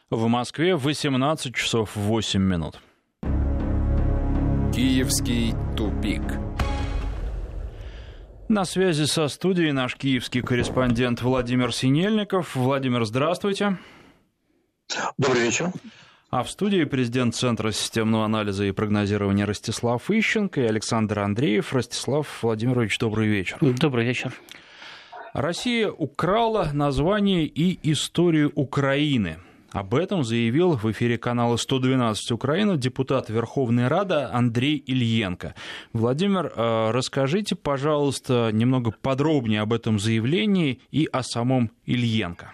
В Москве 18 часов 8 минут. Киевский тупик. На связи со студией наш киевский корреспондент Владимир Синельников. Владимир, здравствуйте. Добрый вечер. А в студии президент Центра системного анализа и прогнозирования Ростислав Ищенко и Александр Андреев. Ростислав Владимирович, добрый вечер. Добрый вечер. Россия украла название и историю Украины. Об этом заявил в эфире канала 112 Украина депутат Верховной Рады Андрей Ильенко. Владимир, расскажите, пожалуйста, немного подробнее об этом заявлении и о самом Ильенко.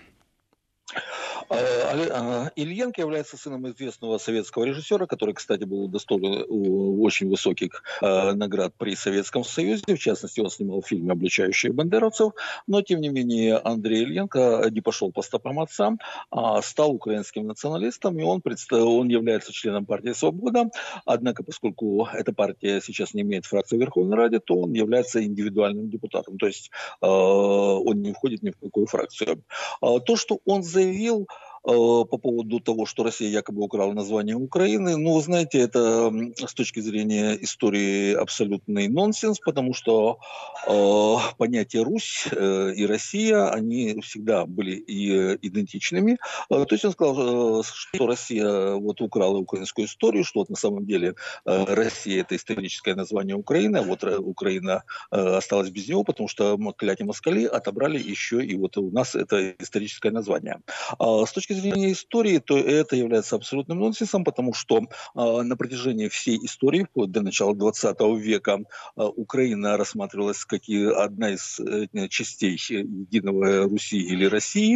Ильенко является сыном известного советского режиссера, который, кстати, был удостоен очень высоких наград при Советском Союзе. В частности, он снимал фильм «Обличающие бандеровцев». Но, тем не менее, Андрей Ильенко не пошел по стопам отца, а стал украинским националистом, и он является членом партии «Свобода». Однако, поскольку эта партия сейчас не имеет фракции в Верховной Раде, то он является индивидуальным депутатом, то есть он не входит ни в какую фракцию. То, что он заявил по поводу того, что Россия якобы украла название Украины, ну, вы знаете, это с точки зрения истории абсолютный нонсенс, потому что понятия Русь и Россия, они всегда были и идентичными. То есть он сказал, что Россия вот украла украинскую историю, что вот на самом деле Россия — это историческое название Украины, а вот Украина осталась без него, потому что кляти москали отобрали еще и вот у нас это историческое название. С точки зрения истории, то это является абсолютным нонсенсом, потому что на протяжении всей истории, вплоть до начала 20 века, Украина рассматривалась как одна из частей единого Руси или России.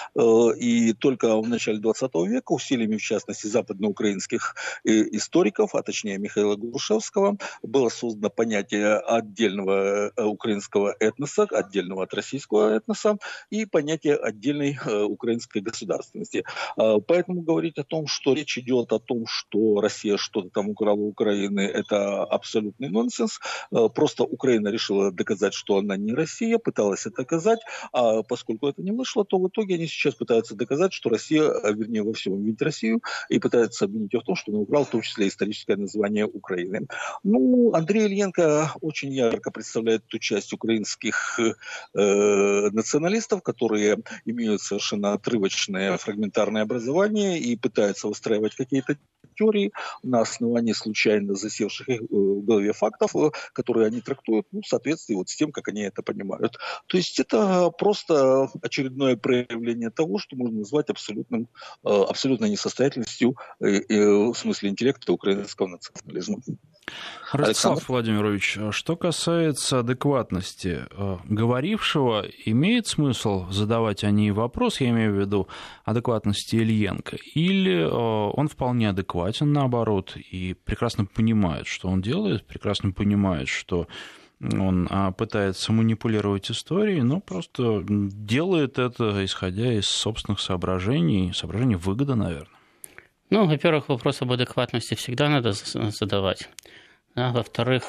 И только в начале 20 века усилиями, в частности, западноукраинских историков, а точнее Михаила Грушевского, было создано понятие отдельного украинского этноса, отдельного от российского этноса, и понятие отдельной украинской государственности. Поэтому говорить о том, что речь идет о том, что Россия что-то там украла у Украины, это абсолютный нонсенс. Просто Украина решила доказать, что она не Россия, пыталась это доказать, а поскольку это не вышло, то в итоге они сейчас пытаются доказать, что Россия, вернее, во всем обвинить Россию, и пытаются обвинить ее в том, что она украла в том числе историческое название Украины. Ну, Андрей Ильенко очень ярко представляет ту часть украинских националистов, которые имеют совершенно отрывочное фрагментарное образование и пытаются выстраивать какие-то теории на основании случайно засевших в голове фактов, которые они трактуют в соответствии вот с тем, как они это понимают. То есть это просто очередное проявление того, что можно назвать абсолютной несостоятельностью в смысле интеллекта украинского национализма. Ростислав Владимирович, что касается адекватности говорившего, имеет смысл задавать о ней вопрос, я имею в виду адекватности Ильенко, или он вполне адекватен, наоборот, и прекрасно понимает, что он делает, прекрасно понимает, что он пытается манипулировать историей, но просто делает это, исходя из собственных соображений выгоды, наверное. Ну, во-первых, вопрос об адекватности всегда надо задавать. А во-вторых,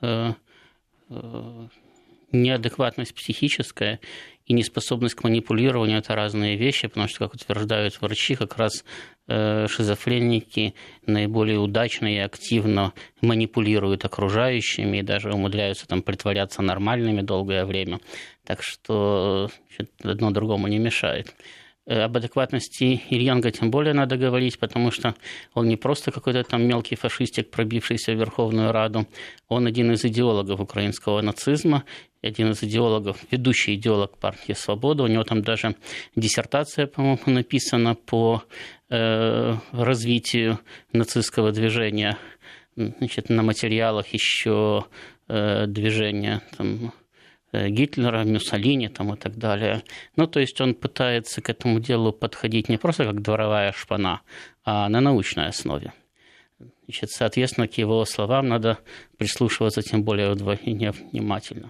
неадекватность психическая и неспособность к манипулированию – это разные вещи, потому что, как утверждают врачи, как раз шизофреники наиболее удачно и активно манипулируют окружающими и даже умудряются там притворяться нормальными долгое время. Так что одно другому не мешает. Об адекватности Ильенко тем более надо говорить, потому что он не просто какой-то там мелкий фашистик, пробившийся в Верховную Раду, он один из идеологов украинского нацизма, один из идеологов, ведущий идеолог партии «Свобода». У него там даже диссертация, по-моему, написана по развитию нацистского движения, значит, на материалах еще движения там, Гитлера, Муссолини там, и так далее. Ну, то есть он пытается к этому делу подходить не просто как дворовая шпана, а на научной основе. Значит, соответственно, к его словам надо прислушиваться тем более вдвойне внимательно.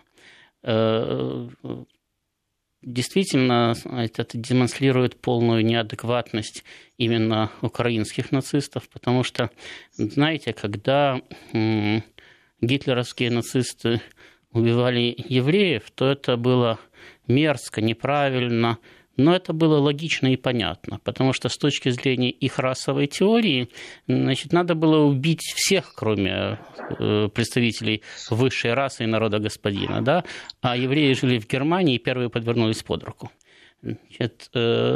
Действительно, это демонстрирует полную неадекватность именно украинских нацистов, потому что, знаете, когда гитлеровские нацисты убивали евреев, то это было мерзко, неправильно, Но это было логично и понятно, потому что с точки зрения их расовой теории, значит, надо было убить всех, кроме представителей высшей расы и народа господина, да? А евреи жили в Германии и первые подвернулись под руку. Значит,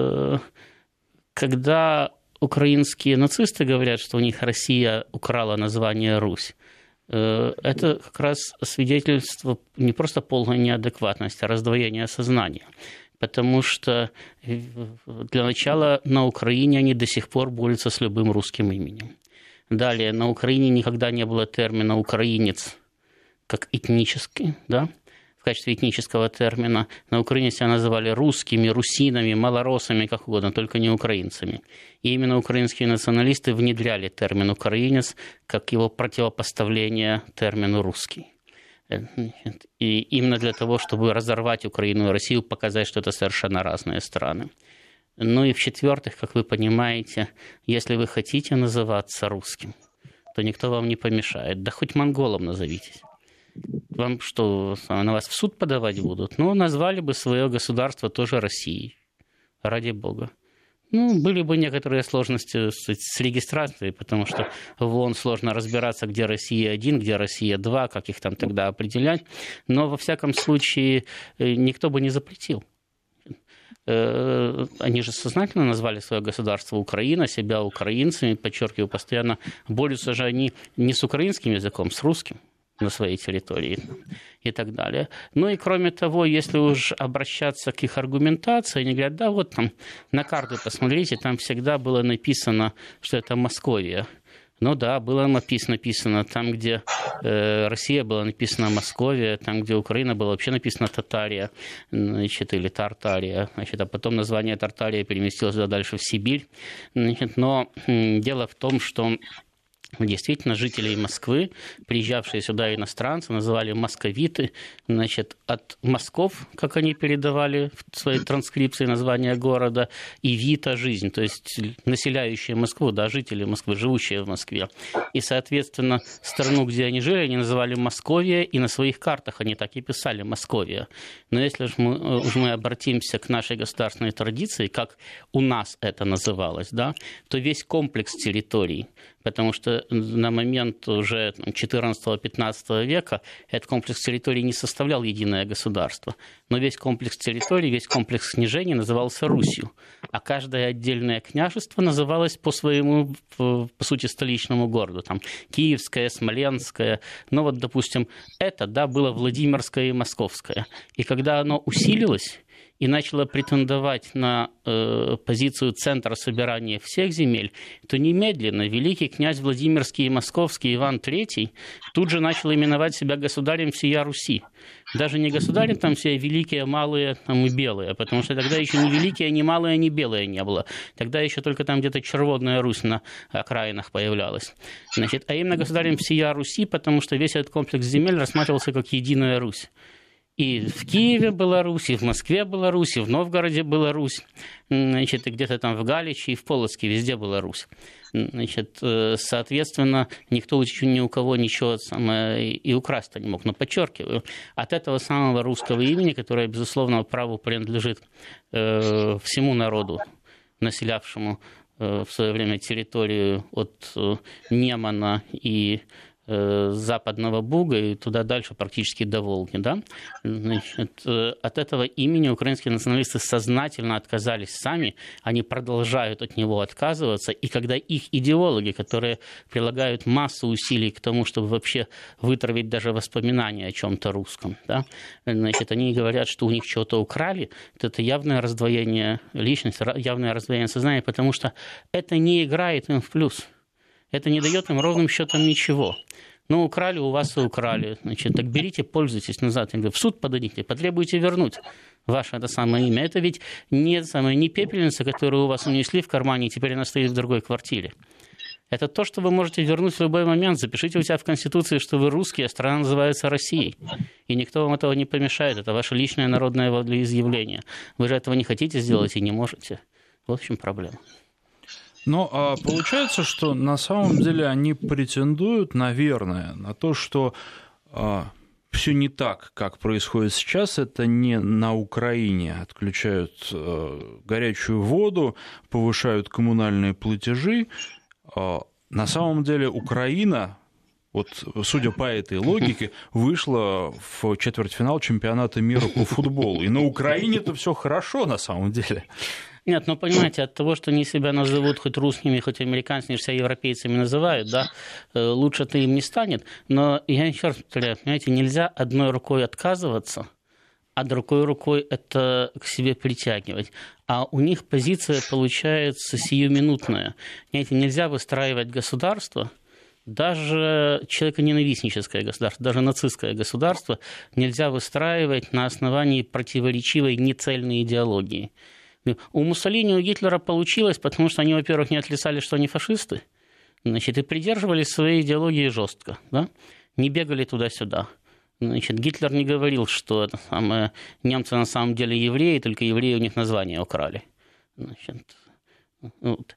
когда украинские нацисты говорят, что у них Россия украла название Русь, это как раз свидетельство не просто полной неадекватности, а раздвоения сознания. Потому что для начала на Украине они до сих пор борются с любым русским именем. Далее, на Украине никогда не было термина «украинец» как этнический, да? В качестве этнического термина. На Украине себя называли русскими, русинами, малоросами, как угодно, только не украинцами. И именно украинские националисты внедряли термин «украинец» как его противопоставление термину «русский». И именно для того, чтобы разорвать Украину и Россию, показать, что это совершенно разные страны. Ну и в-четвертых, как вы понимаете, если вы хотите называться русским, то никто вам не помешает. Да хоть монголом назовитесь. Вам что, на вас в суд подавать будут? Ну, назвали бы свое государство тоже Россией. Ради бога. Ну, были бы некоторые сложности с регистрацией, потому что в ООН сложно разбираться, где Россия-1, где Россия-2, как их там тогда определять. Но, во всяком случае, никто бы не запретил. Они же сознательно назвали свое государство Украина, себя украинцами, подчеркиваю постоянно, борются же они не с украинским языком, с русским на своей территории и так далее. Ну и кроме того, если уж обращаться к их аргументации, они говорят, да, вот там на карту посмотрите, там всегда было написано, что это Московия. Ну да, было написано там, где Россия, была написана Московия, там, где Украина, было вообще написано Татария, значит, или Тартария, значит, а потом название Тартария переместилось дальше в Сибирь. Значит, но дело в том, что действительно, жителей Москвы, приезжавшие сюда иностранцы, называли московиты, значит, от Москов, как они передавали в своей транскрипции название города, и вита – жизнь, то есть населяющие Москву, да, жители Москвы, живущие в Москве. И, соответственно, страну, где они жили, они называли Московия, и на своих картах они так и писали Московия. Но если же мы обратимся к нашей государственной традиции, как у нас это называлось, да, то весь комплекс территорий, потому что на момент уже 14-15 века этот комплекс территорий не составлял единое государство. Но весь комплекс территорий, весь комплекс княжений назывался Русью. А каждое отдельное княжество называлось по своему, по сути, столичному городу. Там Киевское, Смоленское. Ну вот, допустим, это, да, было Владимирское и Московское. И когда оно усилилось и начала претендовать на позицию центра собирания всех земель, то немедленно великий князь Владимирский и Московский Иван III тут же начал именовать себя государем всея Руси. Даже не государем там все великие, малые там, и белые, потому что тогда еще ни великие, ни малые, ни белые не было. Тогда еще только там где-то Черводная Русь на окраинах появлялась. Значит, а именно государем всея Руси, потому что весь этот комплекс земель рассматривался как единая Русь. И в Киеве была Русь, и в Москве была Русь, и в Новгороде была Русь, значит, и где-то там в Галиче, и в Полоцке везде была Русь. Значит, соответственно, никто ни у кого ничего и украсть-то не мог. Но подчеркиваю, от этого самого русского имени, которое, безусловно, праву принадлежит всему народу, населявшему в свое время территорию от Немана и Западного Буга и туда дальше практически до Волги. Да? Значит, от этого имени украинские националисты сознательно отказались сами, они продолжают от него отказываться, и когда их идеологи, которые прилагают массу усилий к тому, чтобы вообще вытравить даже воспоминания о чем-то русском, да? Значит, они говорят, что у них что-то украли, то это явное раздвоение личности, явное раздвоение сознания, потому что это не играет им в плюс. Это не дает им ровным счетом ничего. Ну, украли у вас и украли. Значит, так берите, пользуйтесь назад. В суд подадите, потребуйте вернуть ваше это самое имя. Это ведь не пепельница, которую у вас унесли в кармане, и теперь она стоит в другой квартире. Это то, что вы можете вернуть в любой момент. Запишите у себя в Конституции, что вы русские, а страна называется Россией. И никто вам этого не помешает. Это ваше личное народное волеизъявление. Вы же этого не хотите сделать и не можете. Вот в чем проблема. Но получается, что на самом деле они претендуют, наверное, на то, что все не так, как происходит сейчас. Это не на Украине отключают горячую воду, повышают коммунальные платежи. На самом деле Украина, вот судя по этой логике, вышла в четвертьфинал чемпионата мира по футболу. И на Украине-то все хорошо на самом деле. Нет, ну понимаете, от того, что они себя назовут хоть русскими, хоть американцами, себя европейцами называют, да, лучше-то им не станет. Но я еще раз повторяю, понимаете, нельзя одной рукой отказываться, а другой рукой это к себе притягивать. А у них позиция получается сиюминутная. Понимаете, нельзя выстраивать государство, даже человеконенавистническое государство, даже нацистское государство нельзя выстраивать на основании противоречивой нецельной идеологии. У Муссолини, у Гитлера получилось, потому что они, во-первых, не отрицали, что они фашисты, значит, и придерживались своей идеологии жестко, да? Не бегали туда-сюда. Значит, Гитлер не говорил, что немцы на самом деле евреи, только евреи у них название украли. Значит, вот.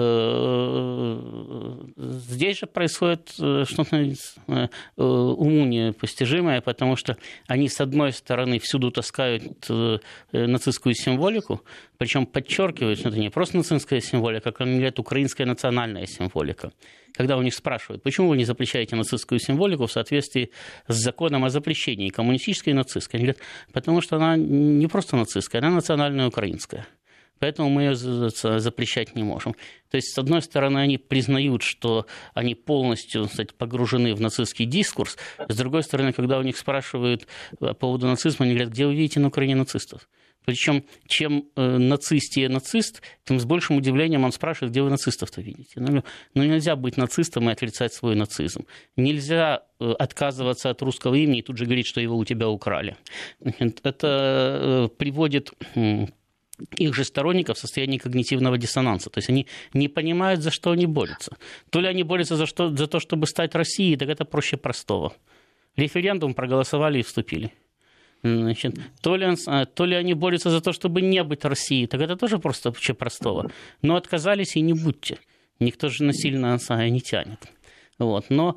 Здесь же происходит что-то уму непостижимое, потому что они, с одной стороны, всюду таскают нацистскую символику, причем подчеркивают, что это не просто нацистская символика, как они говорят, украинская национальная символика. Когда у них спрашивают, почему вы не запрещаете нацистскую символику в соответствии с законом о запрещении коммунистической и нацистской, они говорят, потому что она не просто нацистская, она национальная украинская. Поэтому мы ее запрещать не можем. То есть, с одной стороны, они признают, что они полностью, кстати, погружены в нацистский дискурс. С другой стороны, когда у них спрашивают по поводу нацизма, они говорят, где вы видите на Украине нацистов? Причем, чем нацистее нацист, тем с большим удивлением он спрашивает, где вы нацистов-то видите. Ну, нельзя быть нацистом и отрицать свой нацизм. Нельзя отказываться от русского имени и тут же говорить, что его у тебя украли. Это приводит их же сторонников в состоянии когнитивного диссонанса. То есть они не понимают, за что они борются. То ли они борются за то, чтобы стать Россией, так это проще простого. Референдум проголосовали и вступили. Значит, то ли они борются за то, чтобы не быть Россией, так это тоже просто проще простого. Но отказались и не будьте. Никто же насильно не тянет. Вот. Но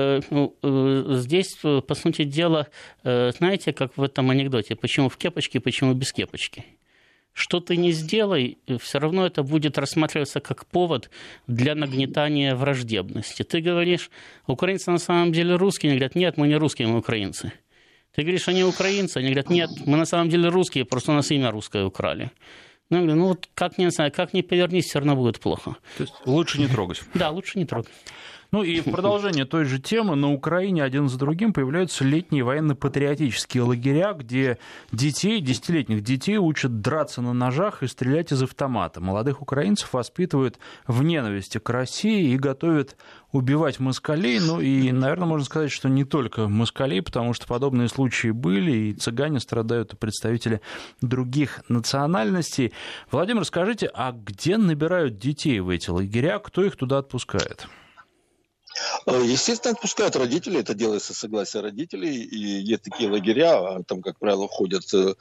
здесь, по сути дела, знаете, как в этом анекдоте, почему в кепочке, почему без кепочки? Что ты не сделай, все равно это будет рассматриваться как повод для нагнетания враждебности. Ты говоришь, украинцы на самом деле русские, они говорят, нет, мы не русские, мы украинцы. Ты говоришь, они украинцы, они говорят, нет, мы на самом деле русские, просто у нас имя русское украли. Ну, я говорю, ну вот как не повернись, все равно будет плохо. То есть лучше не трогать. Да, лучше не трогать. Ну и в продолжение той же темы, на Украине один за другим появляются летние военно-патриотические лагеря, где детей, десятилетних детей учат драться на ножах и стрелять из автомата. Молодых украинцев воспитывают в ненависти к России и готовят убивать москалей. Ну и, наверное, можно сказать, что не только москалей, потому что подобные случаи были, и цыгане страдают, и представители других национальностей. Владимир, скажите, а где набирают детей в эти лагеря, кто их туда отпускает? Естественно, отпускают родители, это делается с согласия родителей, и есть такие лагеря, там, как правило, ходят,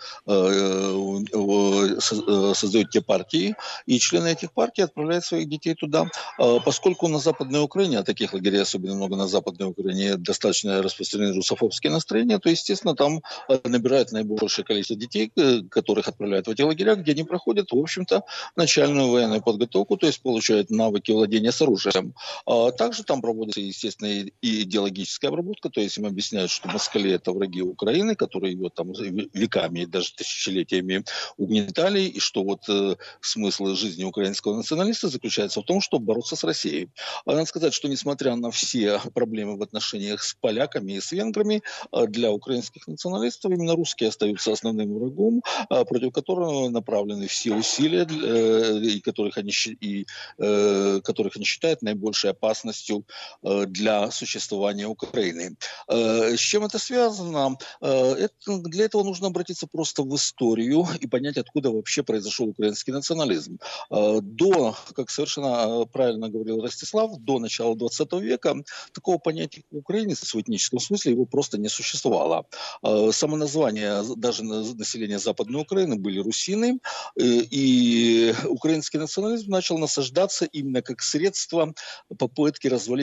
создают те партии, и члены этих партий отправляют своих детей туда. Поскольку на Западной Украине, а таких лагерей особенно много на Западной Украине, достаточно распространены русофобские настроения, то, естественно, там набирают наибольшее количество детей, которых отправляют в эти лагеря, где они проходят, в общем-то, начальную военную подготовку, то есть получают навыки владения с оружием. Также там проводится, естественно, и идеологическая обработка, то есть им объясняют, что москали – это враги Украины, которые ее там веками и даже тысячелетиями угнетали, и что вот смысл жизни украинского националиста заключается в том, чтобы бороться с Россией. Надо сказать, что несмотря на все проблемы в отношениях с поляками и с венграми, для украинских националистов именно русские остаются основным врагом, против которого направлены все усилия, и которых они считают наибольшей опасностью для существования Украины. С чем это связано? Для этого нужно обратиться просто в историю и понять, откуда вообще произошел украинский национализм. Как совершенно правильно говорил Ростислав, до начала 20 века такого понятия как украинец в этническом смысле его просто не существовало. Само название даже населения Западной Украины были русины, и украинский национализм начал насаждаться именно как средство попытки развалить российскую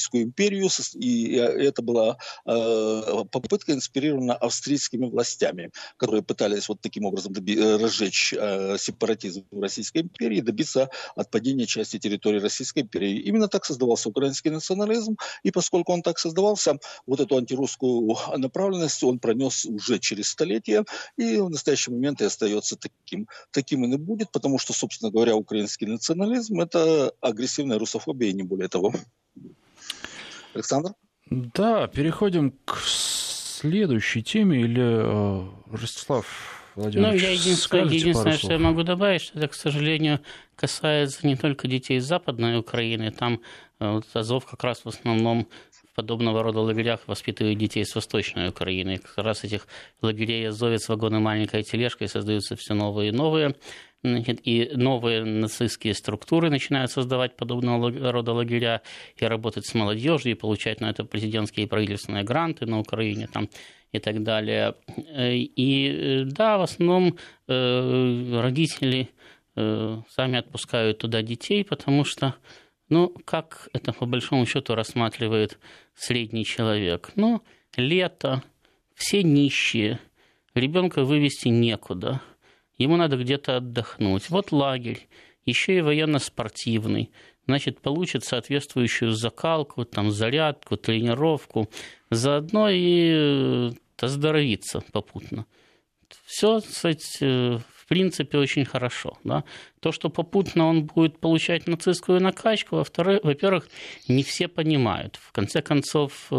Российскую империю, и это была попытка, инспирирована австрийскими властями, которые пытались вот таким образом разжечь сепаратизм в Российской империи и добиться отпадения части территории Российской империи. Именно так создавался украинский национализм, и поскольку он так создавался, вот эту антирусскую направленность он пронес уже через столетия, и в настоящий момент и остается таким. Таким и будет, потому что, собственно говоря, украинский национализм – это агрессивная русофобия, и не более того. Александр? Да, переходим к следующей теме, или Ростислав Владимирович, я единственное, что я могу добавить, что это, к сожалению, касается не только детей из Западной Украины, там Азов как раз в основном в подобного рода лагерях воспитывают детей с Восточной Украины. Как раз этих лагерей Азовец, вагоны маленькой тележкой создаются все новые и новые. И новые нацистские структуры начинают создавать подобного рода лагеря и работать с молодежью, и получать на это президентские и правительственные гранты на Украине там, и так далее. И да, в основном родители сами отпускают туда детей, потому что, как это по большому счету рассматривает средний человек? Лето, все нищие, ребенка вывести некуда. Ему надо где-то отдохнуть. Вот лагерь, еще и военно-спортивный. Значит, получит соответствующую закалку, зарядку, тренировку. Заодно и оздоровиться попутно. Все, кстати, в принципе, очень хорошо. Да? То, что попутно он будет получать нацистскую накачку, во-первых, не все понимают. В конце концов,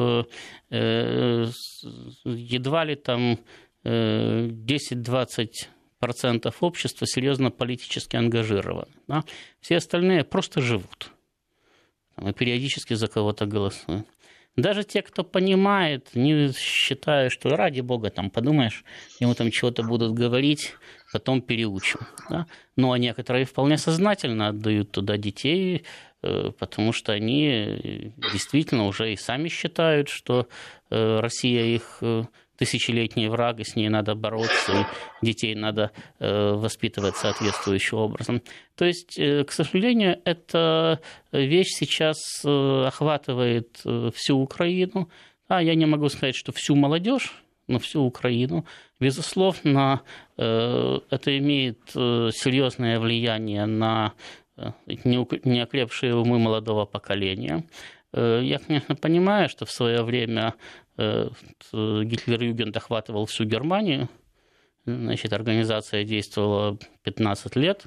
едва ли 10-20% общества серьезно политически ангажированы. Да? Все остальные просто живут и периодически за кого-то голосуют. Даже те, кто понимает, не считают, что ради бога, подумаешь, ему чего-то будут говорить, потом переучим. Да? А некоторые вполне сознательно отдают туда детей, потому что они действительно уже и сами считают, что Россия их тысячелетний враг, и с ней надо бороться, и детей надо воспитывать соответствующим образом. То есть, к сожалению, эта вещь сейчас охватывает всю Украину. Я не могу сказать, что всю молодежь, но всю Украину. Безусловно, это имеет серьезное влияние на неокрепшие умы молодого поколения. Я, конечно, понимаю, что в свое время Гитлер-Югент охватывал всю Германию. Организация действовала 15 лет,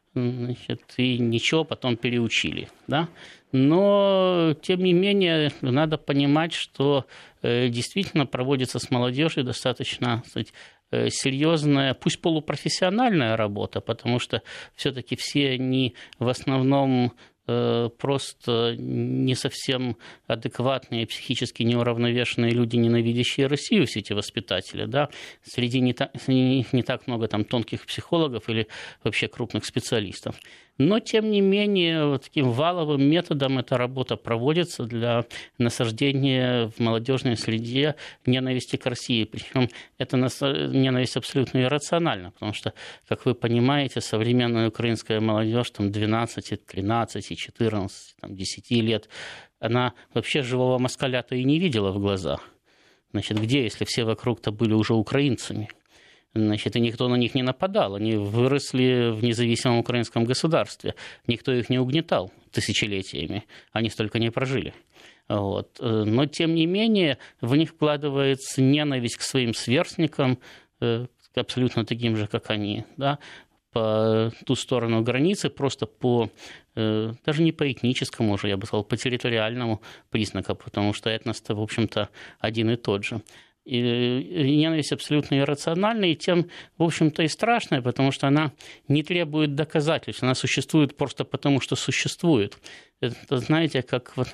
и ничего, потом переучили. Да? Но, тем не менее, надо понимать, что действительно проводится с молодежью достаточно, серьезная, пусть полупрофессиональная работа, потому что все-таки все они в основном просто не совсем адекватные, психически неуравновешенные люди, ненавидящие Россию, все эти воспитатели. Да? Среди них не так много тонких психологов или вообще крупных специалистов. Но, тем не менее, таким валовым методом эта работа проводится для насаждения в молодежной среде ненависти к России. Причем эта ненависть абсолютно иррациональна, потому что, как вы понимаете, современная украинская молодежь 12, 13, 14, 10 лет, она вообще живого москаля-то и не видела в глазах. Где, если все вокруг-то были уже украинцами? И никто на них не нападал. Они выросли в независимом украинском государстве. Никто их не угнетал тысячелетиями. Они столько не прожили. Но, тем не менее, в них вкладывается ненависть к своим сверстникам, абсолютно таким же, как они, да, по ту сторону границы, просто даже не по этническому уже, я бы сказал, по территориальному признаку, потому что этнос-то, в общем-то, один и тот же. И ненависть абсолютно иррациональная, и тем, в общем-то, и страшная, потому что она не требует доказательств, она существует просто потому, что существует. Это, знаете, как в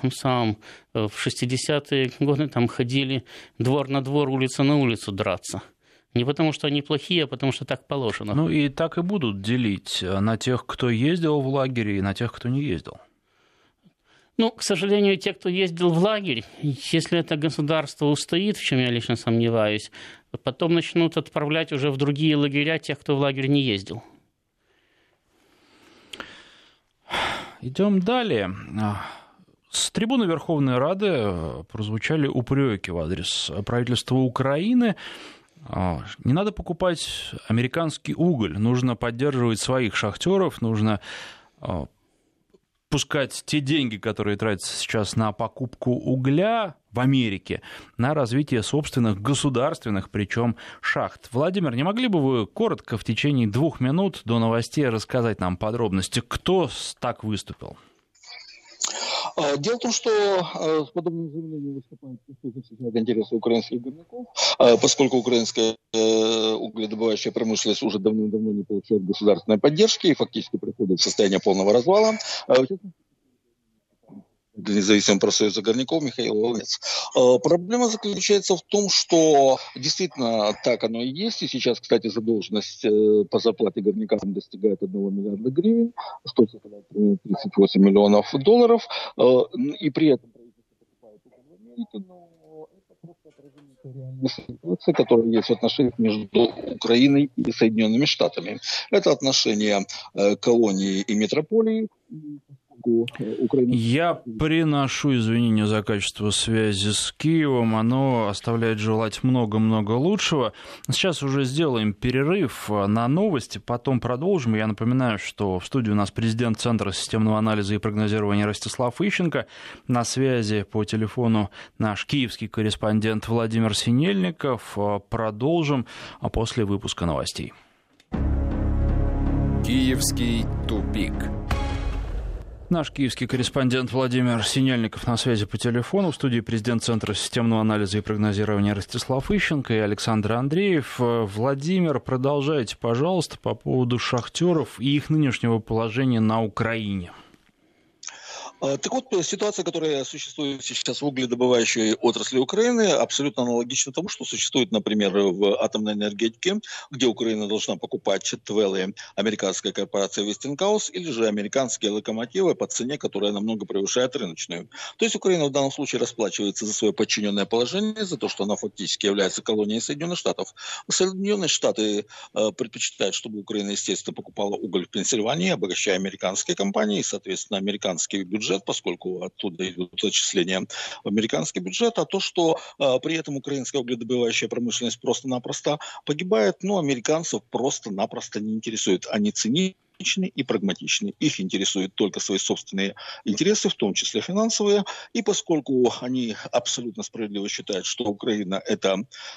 60-е годы ходили двор на двор, улица на улицу драться. Не потому, что они плохие, а потому, что так положено. И так и будут делить на тех, кто ездил в лагере, и на тех, кто не ездил. К сожалению, те, кто ездил в лагерь, если это государство устоит, в чем я лично сомневаюсь, потом начнут отправлять уже в другие лагеря тех, кто в лагерь не ездил. Идем далее. С трибуны Верховной Рады прозвучали упреки в адрес правительства Украины. Не надо покупать американский уголь, нужно поддерживать своих шахтеров, нужно пускать те деньги, которые тратятся сейчас на покупку угля в Америке, на развитие собственных государственных, причем шахт. Владимир, не могли бы вы коротко в течение 2 минут до новостей рассказать нам подробности, кто так выступил? Дело в том, что с подобным заявлением выступают защищать интересы украинских горняков, поскольку украинская угледобывающая промышленность уже давным-давно не получает государственной поддержки и фактически приходит в состояние полного развала. Независимого профсоюза горняков Михаил Волынец. Проблема заключается в том, что действительно так оно и есть. И сейчас, кстати, задолженность по зарплате горнякам достигает 1 миллиарда гривен, что составляет 38 миллионов долларов. И при этом правительство покупает уголь в Америке, но это просто отражение реальной ситуации, которая есть в отношениях между Украиной и Соединенными Штатами. Это отношения колонии и метрополии. Я приношу извинения за качество связи с Киевом. Оно оставляет желать много-много лучшего. Сейчас уже сделаем перерыв на новости, потом продолжим. Я напоминаю, что в студии у нас президент Центра системного анализа и прогнозирования Ростислав Ищенко. На связи по телефону наш киевский корреспондент Владимир Синельников. Продолжим после выпуска новостей. Киевский тупик. Наш киевский корреспондент Владимир Синельников на связи по телефону. В студии президент Центра системного анализа и прогнозирования Ростислав Ищенко и Александр Андреев. Владимир, продолжайте, пожалуйста, по поводу шахтеров и их нынешнего положения на Украине. Так вот, ситуация, которая существует сейчас в угледобывающей отрасли Украины, абсолютно аналогична тому, что существует, например, в атомной энергетике, где Украина должна покупать твелы американской корпорации Westinghouse или же американские локомотивы по цене, которая намного превышает рыночную. То есть Украина в данном случае расплачивается за свое подчиненное положение, за то, что она фактически является колонией Соединенных Штатов. Соединенные Штаты предпочитают, чтобы Украина, естественно, покупала уголь в Пенсильвании, обогащая американские компании, и, соответственно, американский бюджет, поскольку оттуда идут зачисления в американский бюджет, а то, что при этом украинская угледобывающая промышленность просто-напросто погибает, но американцев просто-напросто не интересует. Они ценичны и прагматичны. Их интересуют только свои собственные интересы, в том числе финансовые, и поскольку они абсолютно справедливо считают, что Украина – это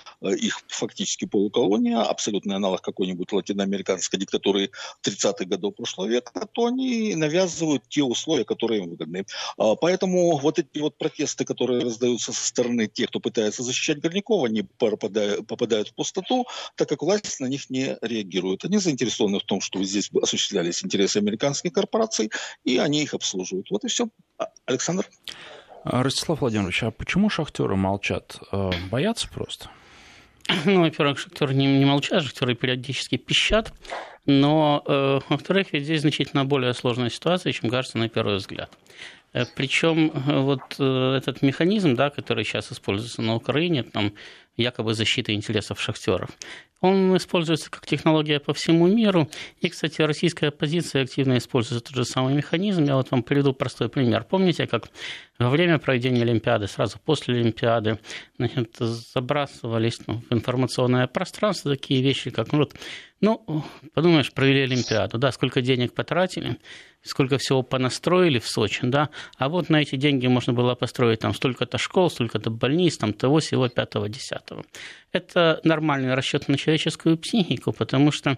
их фактически полуколония, абсолютный аналог какой-нибудь латиноамериканской диктатуры 30-х годов прошлого века, то они навязывают те условия, которые им выгодны. Поэтому вот эти вот протесты, которые раздаются со стороны тех, кто пытается защищать горняков, они попадают в пустоту, так как власть на них не реагирует. Они заинтересованы в том, что здесь осуществлялись интересы американских корпораций, и они их обслуживают. Вот и все. Александр? Ростислав Владимирович, а почему шахтеры молчат? Боятся просто? Ну, во-первых, шахтеры не молчат, шахтеры периодически пищат, но, во-вторых, ведь здесь значительно более сложная ситуация, чем кажется на первый взгляд. Причем вот этот механизм, да, который сейчас используется на Украине, там, якобы защита интересов шахтеров, он используется как технология по всему миру. И, кстати, российская оппозиция активно использует тот же самый механизм. Я вот вам приведу простой пример. Помните, как во время проведения Олимпиады, сразу после Олимпиады, значит, забрасывались в информационное пространство такие вещи, как, подумаешь, провели Олимпиаду, да, сколько денег потратили, сколько всего понастроили в Сочи, да, а вот на эти деньги можно было построить там столько-то школ, столько-то больниц, там того, сего, 5-го, 10-го. Это нормальный расчет на человеческую психику, потому что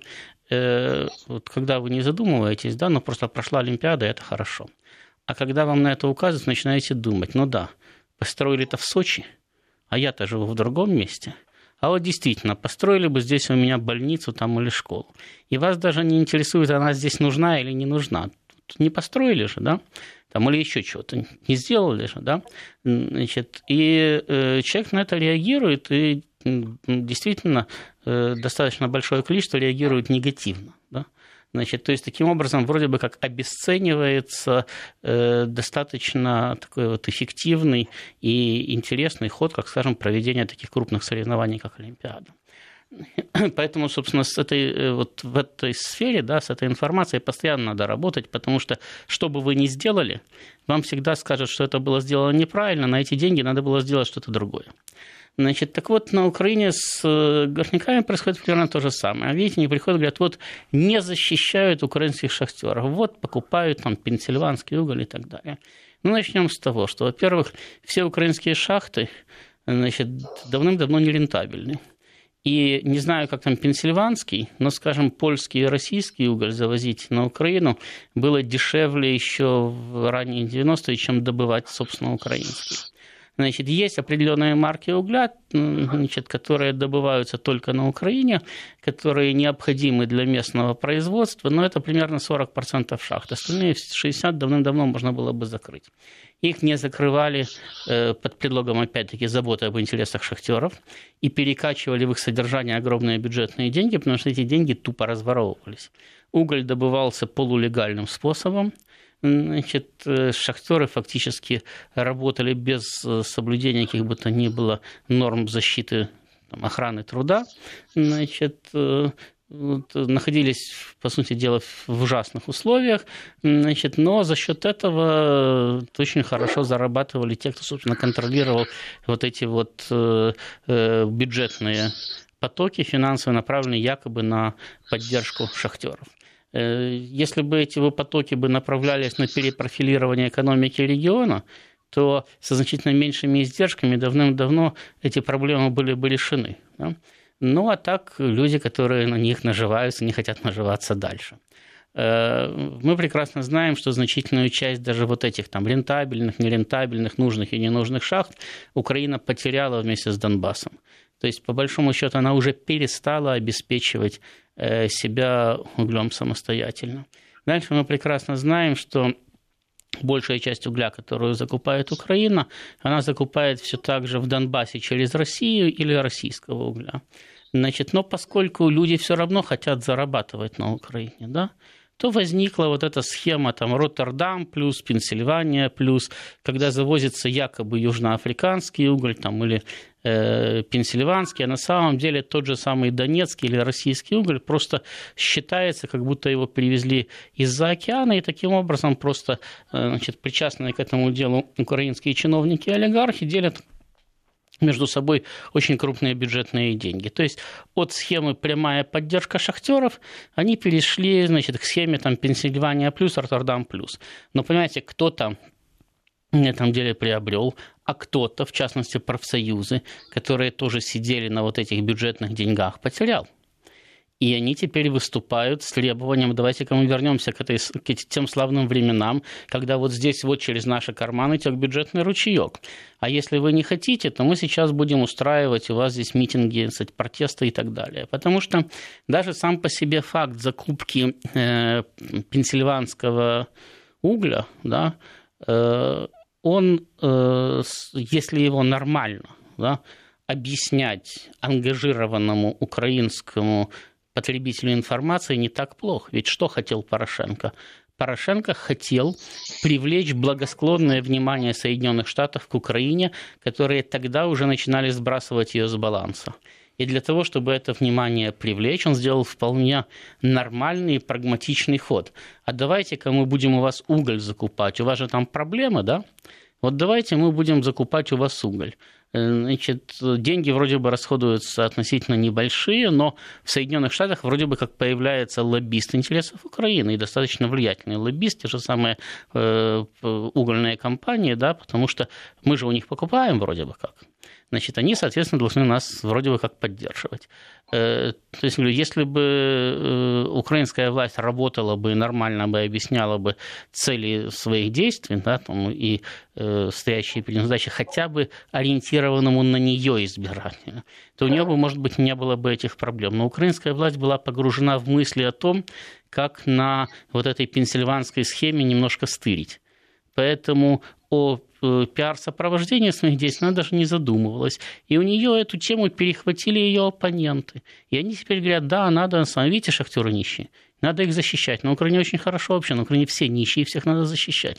вот, когда вы не задумываетесь, да, просто прошла Олимпиада, это хорошо. А когда вам на это указывают, начинаете думать, построили-то в Сочи, а я-то живу в другом месте. А вот действительно, построили бы здесь у меня больницу там или школу. И вас даже не интересует, она здесь нужна или не нужна. Тут не построили же, да? Там, или еще чего-то не сделали же, да? Значит, и человек на это реагирует, и действительно достаточно большое количество реагирует негативно, да? Значит, то есть, таким образом, вроде бы как обесценивается достаточно такой вот эффективный и интересный ход, как, скажем, проведение таких крупных соревнований, как Олимпиада. Поэтому, собственно, в этой сфере, да, с этой информацией постоянно надо работать, потому что, что бы вы ни сделали, вам всегда скажут, что это было сделано неправильно, на эти деньги надо было сделать что-то другое. Значит, так вот, на Украине с горняками происходит примерно то же самое. А видите, они приходят и говорят, вот не защищают украинских шахтеров, вот покупают там пенсильванский уголь и так далее. Ну, начнем с того, что, во-первых, все украинские шахты, значит, давным-давно не рентабельны. И не знаю, как там пенсильванский, но, скажем, польский и российский уголь завозить на Украину было дешевле еще в ранние 90-е, чем добывать, собственно, украинский. Значит, есть определенные марки угля, значит, которые добываются только на Украине, которые необходимы для местного производства, но это примерно 40% шахт. Остальные 60% давным-давно можно было бы закрыть. Их не закрывали под предлогом, опять-таки, заботы об интересах шахтеров и перекачивали в их содержание огромные бюджетные деньги, потому что эти деньги тупо разворовывались. Уголь добывался полулегальным способом. Значит, шахтеры фактически работали без соблюдения каких бы то ни было норм защиты, там, охраны труда. Значит, находились, по сути дела, в ужасных условиях, значит, но за счет этого очень хорошо зарабатывали те, кто, собственно, контролировал вот эти вот бюджетные потоки, финансово направленные якобы на поддержку шахтеров. Если бы эти потоки направлялись на перепрофилирование экономики региона, то со значительно меньшими издержками давным-давно эти проблемы были бы решены. Да? Ну, а так люди, которые на них наживаются, не хотят наживаться дальше. Мы прекрасно знаем, что значительную часть даже вот этих там рентабельных, нерентабельных, нужных и ненужных шахт Украина потеряла вместе с Донбассом. То есть, по большому счету, она уже перестала обеспечивать себя углем самостоятельно. Дальше мы прекрасно знаем, что большая часть угля, которую закупает Украина, она закупает все так же в Донбассе через Россию или российского угля. Значит, но поскольку люди все равно хотят зарабатывать на Украине, да, то возникла вот эта схема там Роттердам плюс Пенсильвания плюс, когда завозится якобы южноафриканский уголь там, или пенсильванский, а на самом деле тот же самый донецкий или российский уголь просто считается, как будто его привезли из-за океана, и таким образом просто, значит, причастные к этому делу украинские чиновники и олигархи делят между собой очень крупные бюджетные деньги. То есть от схемы прямая поддержка шахтеров они перешли, значит, к схеме там, Пенсильвания плюс, Роттердам плюс. Но понимаете, кто-то на этом деле приобрел, а кто-то, в частности профсоюзы, которые тоже сидели на вот этих бюджетных деньгах, потерял. И они теперь выступают с требованием, давайте-ка мы вернемся к тем славным временам, когда вот здесь вот через наши карманы тек бюджетный ручеек. А если вы не хотите, то мы сейчас будем устраивать у вас здесь митинги, протесты и так далее. Потому что даже сам по себе факт закупки пенсильванского угля, да, он, если его нормально, да, объяснять ангажированному украинскому потребителю информации, не так плохо. Ведь что хотел Порошенко? Порошенко хотел привлечь благосклонное внимание Соединенных Штатов к Украине, которые тогда уже начинали сбрасывать ее с баланса. И для того, чтобы это внимание привлечь, он сделал вполне нормальный и прагматичный ход. А давайте-ка мы будем у вас уголь закупать. У вас же там проблемы, да? Вот давайте мы будем закупать у вас уголь. Значит, деньги вроде бы расходуются относительно небольшие, но в Соединенных Штатах вроде бы как появляется лоббист интересов Украины, и достаточно влиятельный лоббист, те же самые угольные компании, да, потому что мы же у них покупаем вроде бы как. Значит, они, соответственно, должны нас вроде бы как поддерживать. То есть, если бы украинская власть работала бы и нормально бы объясняла бы цели своих действий, да, там, и стоящие перед задачей хотя бы ориентированному на нее избирателю, то у нее бы, может быть, не было бы этих проблем. Но украинская власть была погружена в мысли о том, как на вот этой пенсильванской схеме немножко стырить. Поэтому о пиар-сопровождении своих действий она даже не задумывалась. И у нее эту тему перехватили ее оппоненты. И они теперь говорят, да, надо, видите, шахтеры нищие, надо их защищать. На Украине очень хорошо вообще, на Украине все нищие, всех надо защищать.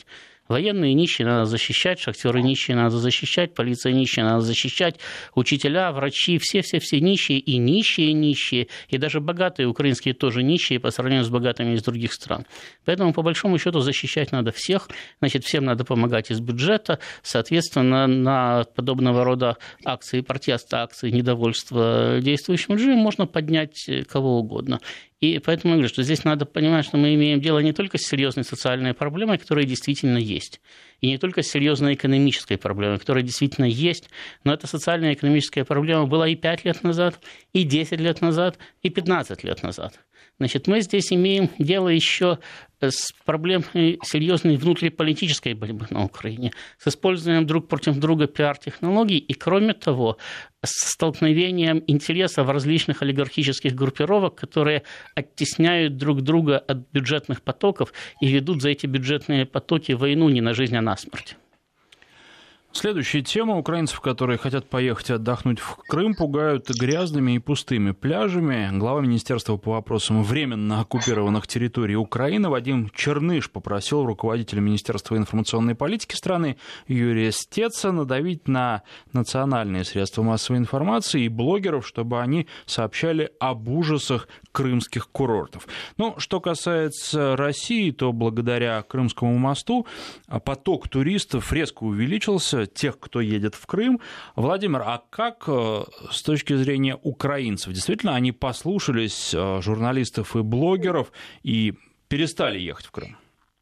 Военные нищие надо защищать, шахтеры нищие надо защищать, полиция нищие надо защищать, учителя, врачи, все нищие, и нищие, и даже богатые украинские тоже нищие по сравнению с богатыми из других стран. Поэтому, по большому счету, защищать надо всех, значит, всем надо помогать из бюджета, соответственно, на подобного рода акции, протеста, акции недовольства действующим режимом можно поднять кого угодно. И поэтому я говорю, что здесь надо понимать, что мы имеем дело не только с серьезной социальной проблемой, которая действительно есть, и не только с серьезной экономической проблемой, которая действительно есть, но эта социальная и экономическая проблема была и 5 лет назад, и 10 лет назад, и 15 лет назад. Значит, мы здесь имеем дело еще с проблемой серьезной внутриполитической борьбы на Украине, с использованием друг против друга пиар-технологий и, кроме того, с столкновением интересов различных олигархических группировок, которые оттесняют друг друга от бюджетных потоков и ведут за эти бюджетные потоки войну не на жизнь, а на смерть. Следующая тема. Украинцев, которые хотят поехать отдохнуть в Крым, пугают грязными и пустыми пляжами. Глава Министерства по вопросам временно оккупированных территорий Украины Вадим Черныш попросил руководителя Министерства информационной политики страны Юрия Стеца надавить на национальные средства массовой информации и блогеров, чтобы они сообщали об ужасах крымских курортов. Но что касается России, то благодаря Крымскому мосту поток туристов резко увеличился, тех, кто едет в Крым. Владимир, а как с точки зрения украинцев? Действительно, они послушались журналистов и блогеров и перестали ехать в Крым?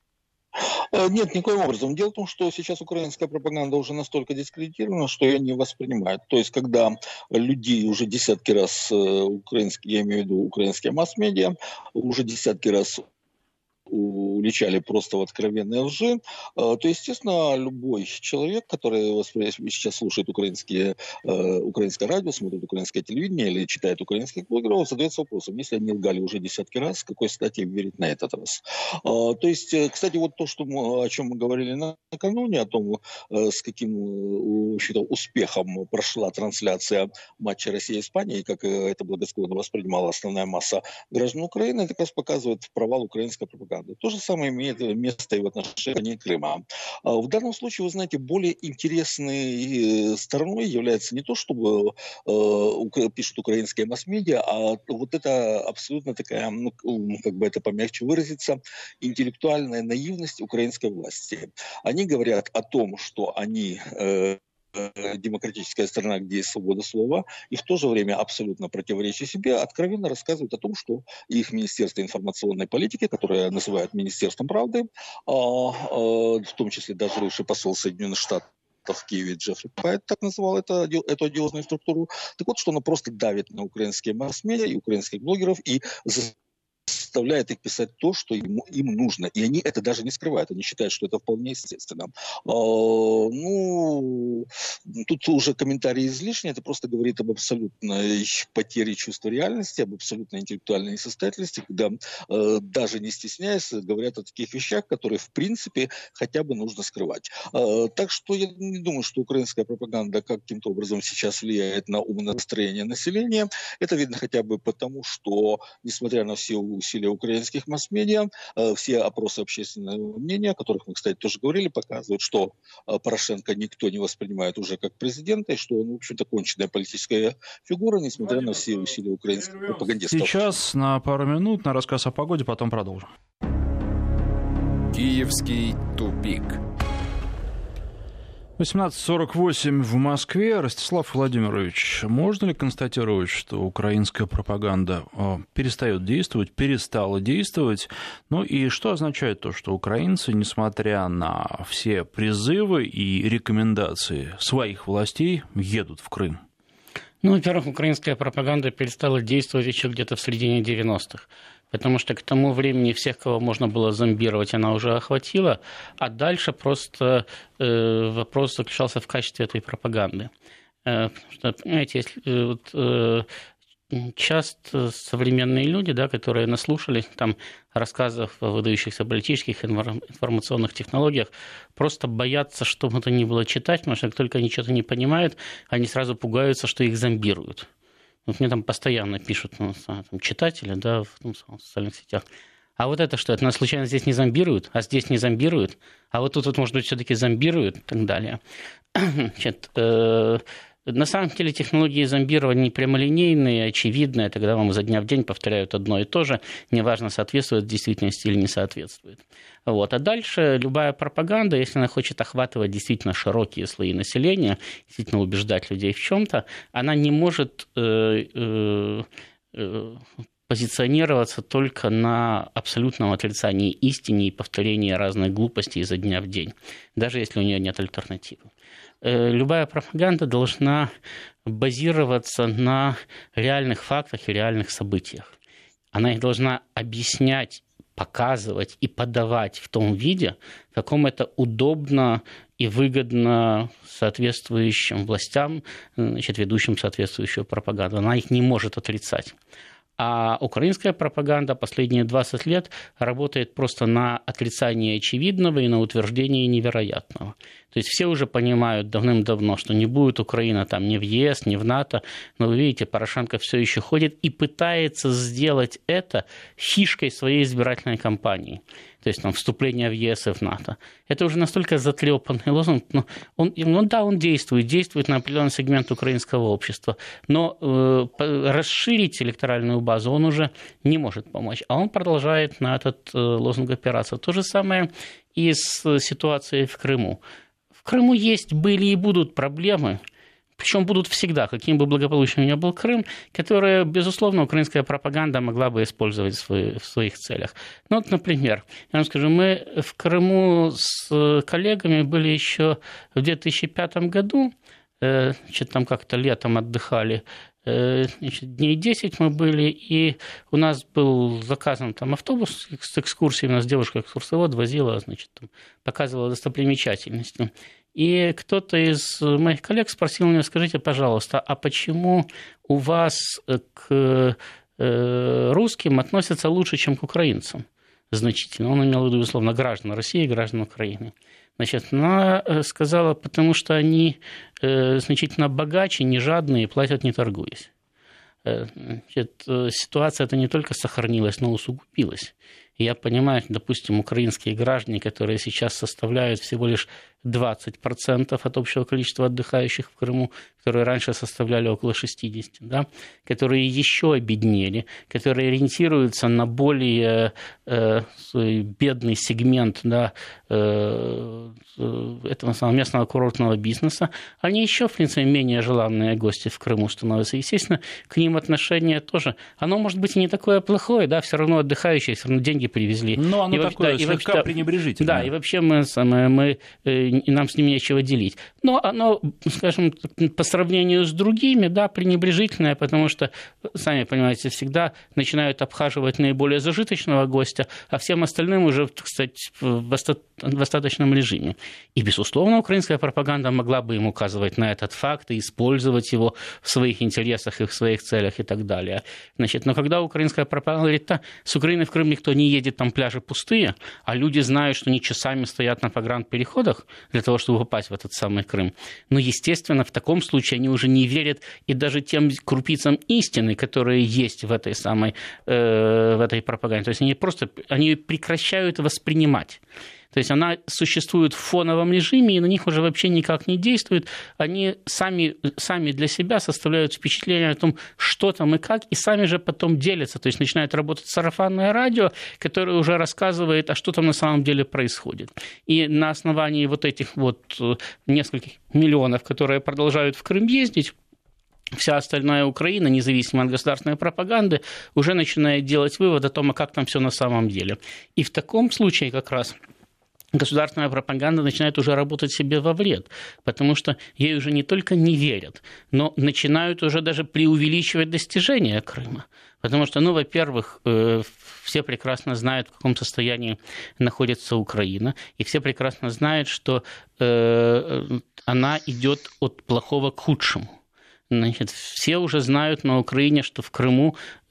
Нет, никоим образом. Дело в том, что сейчас украинская пропаганда уже настолько дискредитирована, что ее не воспринимают. То есть, когда людей уже десятки раз, я имею в виду украинские масс-медиа, уже десятки раз уличали просто в откровенной лжи, то, естественно, любой человек, который сейчас слушает украинское радио, смотрит украинское телевидение или читает украинских блогеров, задается вопросом, если они лгали уже десятки раз, с какой стати верить на этот раз? То есть, кстати, вот то, о чем мы говорили накануне, о том, с каким успехом прошла трансляция матча Россия-Испания, и как это благосклонно воспринимала основная масса граждан Украины, это как раз показывает провал украинской пропаганды. То же самое имеет место и в отношении Крыма. В данном случае, вы знаете, более интересной стороной является не то, что пишут украинские масс-медиа, а вот это абсолютно такая, как бы это помягче выразиться, интеллектуальная наивность украинской власти. Они говорят о том, что они демократическая страна, где есть свобода слова, и в то же время абсолютно противоречия себе, откровенно рассказывают о том, что их Министерство информационной политики, которое называют Министерством правды, в том числе даже бывший посол Соединенных Штатов в Киеве Джеффри Пайт так называл эту одиозную структуру. Так вот, что она просто давит на украинские масс-медиа и украинских блогеров и заставляет их писать то, что им нужно. И они это даже не скрывают. Они считают, что это вполне естественно. Тут уже комментарии излишни. Это просто говорит об абсолютной потере чувства реальности, об абсолютной интеллектуальной несостоятельности, когда даже не стесняясь, говорят о таких вещах, которые в принципе хотя бы нужно скрывать. Так что я не думаю, что украинская пропаганда каким-то образом сейчас влияет на умонастроение населения. Это видно хотя бы потому, что, несмотря на все усилия украинских масс-медиа, все опросы общественного мнения, о которых мы, кстати, тоже говорили, показывают, что Порошенко никто не воспринимает уже как президента, и что он, в общем-то, конченная политическая фигура, несмотря на все усилия украинских пропагандистов. Сейчас на пару минут на рассказ о погоде, потом продолжим. Киевский тупик. 18:48 в Москве. Ростислав Владимирович, можно ли констатировать, что украинская пропаганда перестает действовать, перестала действовать? Ну и что означает то, что украинцы, несмотря на все призывы и рекомендации своих властей, едут в Крым? Во-первых, украинская пропаганда перестала действовать еще где-то в середине 90-х. Потому что к тому времени всех, кого можно было зомбировать, она уже охватила, а дальше просто вопрос заключался в качестве этой пропаганды. Потому что, понимаете, если часто современные люди, да, которые наслушались там рассказов о выдающихся политических информационных технологиях, просто боятся, что бы то ни было читать, потому что как только они что-то не понимают, они сразу пугаются, что их зомбируют. Вот мне там постоянно пишут читатели, да, в социальных сетях. А вот это что? Это нас случайно здесь не зомбируют, а здесь не зомбируют, а вот тут, может быть, все-таки зомбируют и так далее. Значит, на самом деле технологии зомбирования прямолинейные, очевидные, тогда вам изо дня в день повторяют одно и то же, неважно, соответствует действительности или не соответствует. Вот. А дальше любая пропаганда, если она хочет охватывать действительно широкие слои населения, действительно убеждать людей в чем-то, она не может позиционироваться только на абсолютном отрицании истины и повторении разных глупостей изо дня в день, даже если у нее нет альтернативы. Любая пропаганда должна базироваться на реальных фактах и реальных событиях. Она их должна объяснять, показывать и подавать в том виде, в каком это удобно и выгодно соответствующим властям, значит, ведущим соответствующую пропаганду. Она их не может отрицать. А украинская пропаганда последние 20 лет работает просто на отрицании очевидного и на утверждении невероятного. То есть все уже понимают давным-давно, что не будет Украина там ни в ЕС, ни в НАТО, но вы видите, Порошенко все еще ходит и пытается сделать это фишкой своей избирательной кампании. То есть там вступление в ЕС и в НАТО. Это уже настолько затрепанный лозунг. Но он действует на определенный сегмент украинского общества, но расширить электоральную базу он уже не может помочь. А он продолжает на этот лозунг опираться. То же самое и с ситуацией в Крыму. В Крыму были и будут проблемы, причем будут всегда, каким бы благополучным ни был Крым, которые, безусловно, украинская пропаганда могла бы использовать в своих целях. Ну, вот, например, я вам скажу, мы в Крыму с коллегами были еще в 2005 году, значит, там как-то летом отдыхали, значит, дней 10 мы были, и у нас был заказан там автобус с экскурсией, у нас девушка-экскурсовод возила, значит, там, показывала достопримечательности. И кто-то из моих коллег спросил меня: скажите, пожалуйста, а почему у вас к русским относятся лучше, чем к украинцам? Значительно. Он имел в виду, безусловно, граждан России и граждан Украины. Значит, она сказала, потому что они значительно богаче, не жадные, платят не торгуясь. Значит, ситуация эта не только сохранилась, но и усугубилась. И я понимаю, допустим, украинские граждане, которые сейчас составляют всего лишь 20% от общего количества отдыхающих в Крыму, которые раньше составляли около 60%, да, которые еще обеднели, которые ориентируются на более бедный сегмент, да, этого самого местного курортного бизнеса, они еще, в принципе, менее желанные гости в Крыму становятся. Естественно, к ним отношение тоже, оно может быть и не такое плохое, да, все равно отдыхающие, все равно деньги привезли. Но оно такое, да, слегка пренебрежительное. Да, и вообще нам с ними нечего делить. Но оно, скажем, по сравнению с другими, да, пренебрежительное, потому что, сами понимаете, всегда начинают обхаживать наиболее зажиточного гостя, а всем остальным уже, кстати, в остаточном режиме. И, безусловно, украинская пропаганда могла бы им указывать на этот факт и использовать его в своих интересах и в своих целях и так далее. Значит, но когда украинская пропаганда говорит: да, с Украины в Крым никто не едет, там пляжи пустые, а люди знают, что они часами стоят на погранпереходах для того, чтобы попасть в этот самый Крым. Но, естественно, в таком случае они уже не верят и даже тем крупицам истины, которые есть в этой самой в этой пропаганде. То есть они прекращают воспринимать. То есть она существует в фоновом режиме, и на них уже вообще никак не действует. Они сами для себя составляют впечатление о том, что там и как, и сами же потом делятся. То есть начинает работать сарафанное радио, которое уже рассказывает, а что там на самом деле происходит. И на основании вот этих вот нескольких миллионов, которые продолжают в Крым ездить, вся остальная Украина, независимо от государственной пропаганды, уже начинает делать вывод о том, а как там все на самом деле. И в таком случае как раз государственная пропаганда начинает уже работать себе во вред, потому что ей уже не только не верят, но начинают уже даже преувеличивать достижения Крыма. Потому что, во-первых, все прекрасно знают, в каком состоянии находится Украина, и все прекрасно знают, что она идет от плохого к худшему. Значит, все уже знают на Украине, что в Крыму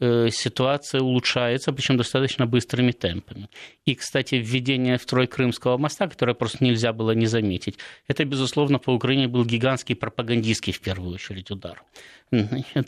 ситуация улучшается, причем достаточно быстрыми темпами. И, кстати, введение в строй Крымского моста, которое просто нельзя было не заметить, это, безусловно, по Украине был гигантский пропагандистский, в первую очередь, удар. Значит,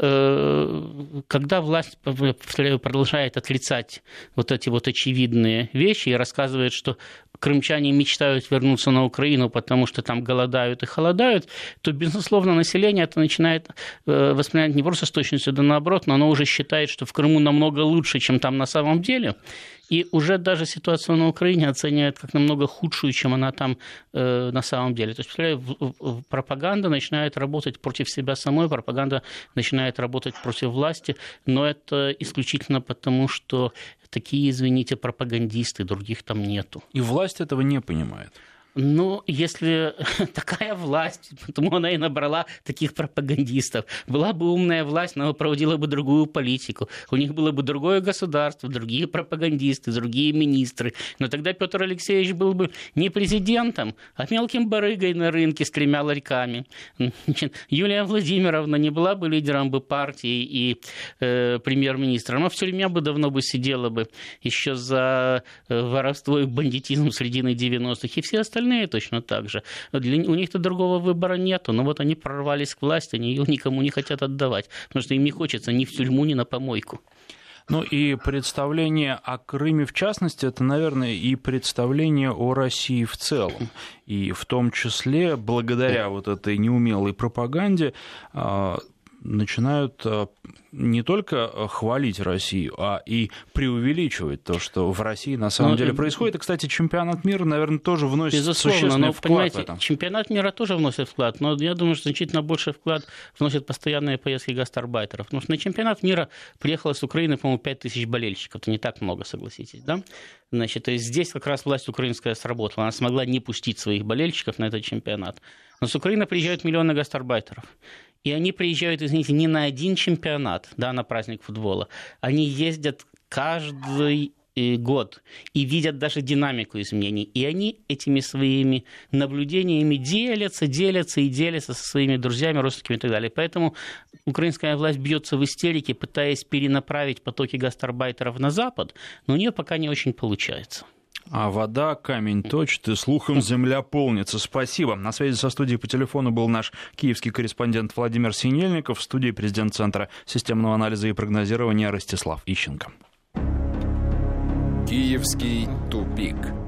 когда власть продолжает отрицать вот эти вот очевидные вещи и рассказывает, что крымчане мечтают вернуться на Украину, потому что там голодают и холодают, то, безусловно, население это начинает воспринимать не просто с точностью да наоборот, но оно уже считает, что в Крыму намного лучше, чем там на самом деле. И уже даже ситуацию на Украине оценивают как намного худшую, чем она там на самом деле. То есть, представляете, пропаганда начинает работать против себя самой, пропаганда начинает работать против власти, но это исключительно потому, что такие, извините, пропагандисты, других там нету. И власть этого не понимает. Ну, если такая власть, потому она и набрала таких пропагандистов. Была бы умная власть, она проводила бы другую политику. У них было бы другое государство, другие пропагандисты, другие министры. Но тогда Петр Алексеевич был бы не президентом, а мелким барыгой на рынке с 3 ларьками. Юлия Владимировна не была бы лидером бы партии и премьер-министром, но в тюрьме бы давно бы сидела бы еще за воровство и бандитизм середины 90-х. И все остальные точно так же. У них-то другого выбора нету, но вот они прорвались к власти, они ее никому не хотят отдавать, потому что им не хочется ни в тюрьму, ни на помойку. Ну и представление о Крыме в частности, это, наверное, и представление о России в целом. И в том числе, благодаря вот этой неумелой пропаганде, начинают не только хвалить Россию, а и преувеличивать то, что в России на самом деле происходит. И, кстати, чемпионат мира, наверное, тоже вносит существенный вклад в это. Чемпионат мира тоже вносит вклад, но я думаю, что значительно больше вклад вносят постоянные поездки гастарбайтеров. Потому что на чемпионат мира приехало с Украины, по-моему, 5000 болельщиков. Это не так много, согласитесь, да? Значит, то есть здесь как раз власть украинская сработала. Она смогла не пустить своих болельщиков на этот чемпионат. Но с Украины приезжают миллионы гастарбайтеров. И они приезжают, извините, не на один чемпионат, да, на праздник футбола. Они ездят каждый год и видят даже динамику изменений. И они этими своими наблюдениями делятся со своими друзьями, родственниками и так далее. Поэтому украинская власть бьется в истерике, пытаясь перенаправить потоки гастарбайтеров на Запад, но у нее пока не очень получается. А вода камень точит, и слухом земля полнится. Спасибо. На связи со студией по телефону был наш киевский корреспондент Владимир Синельников, в студии президент Центра системного анализа и прогнозирования Ростислав Ищенко. Киевский тупик.